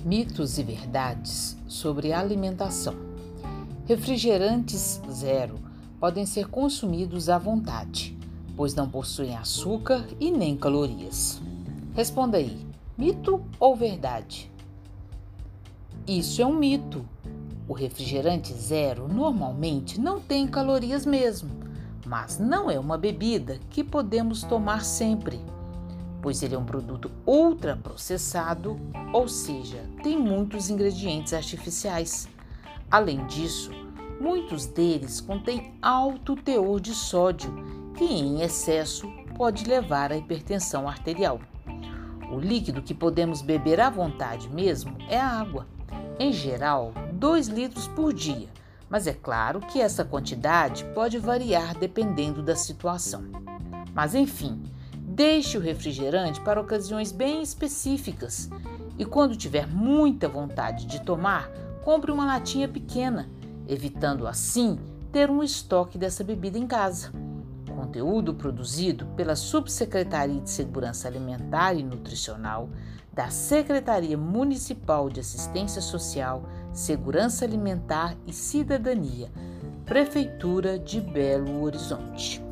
Mitos e verdades sobre a alimentação. Refrigerantes zero podem ser consumidos à vontade, pois não possuem açúcar e nem calorias. Responda aí, mito ou verdade? Isso é um mito. O refrigerante zero normalmente não tem calorias mesmo, mas não é uma bebida que podemos tomar sempre, pois ele é um produto ultraprocessado, ou seja, tem muitos ingredientes artificiais. Além disso, muitos deles contêm alto teor de sódio, que em excesso pode levar à hipertensão arterial. O líquido que podemos beber à vontade mesmo é a água. Em geral, 2 litros por dia, mas é claro que essa quantidade pode variar dependendo da situação. Mas enfim, deixe o refrigerante para ocasiões bem específicas e quando tiver muita vontade de tomar, compre uma latinha pequena, evitando assim ter um estoque dessa bebida em casa. Conteúdo produzido pela Subsecretaria de Segurança Alimentar e Nutricional da Secretaria Municipal de Assistência Social, Segurança Alimentar e Cidadania, Prefeitura de Belo Horizonte.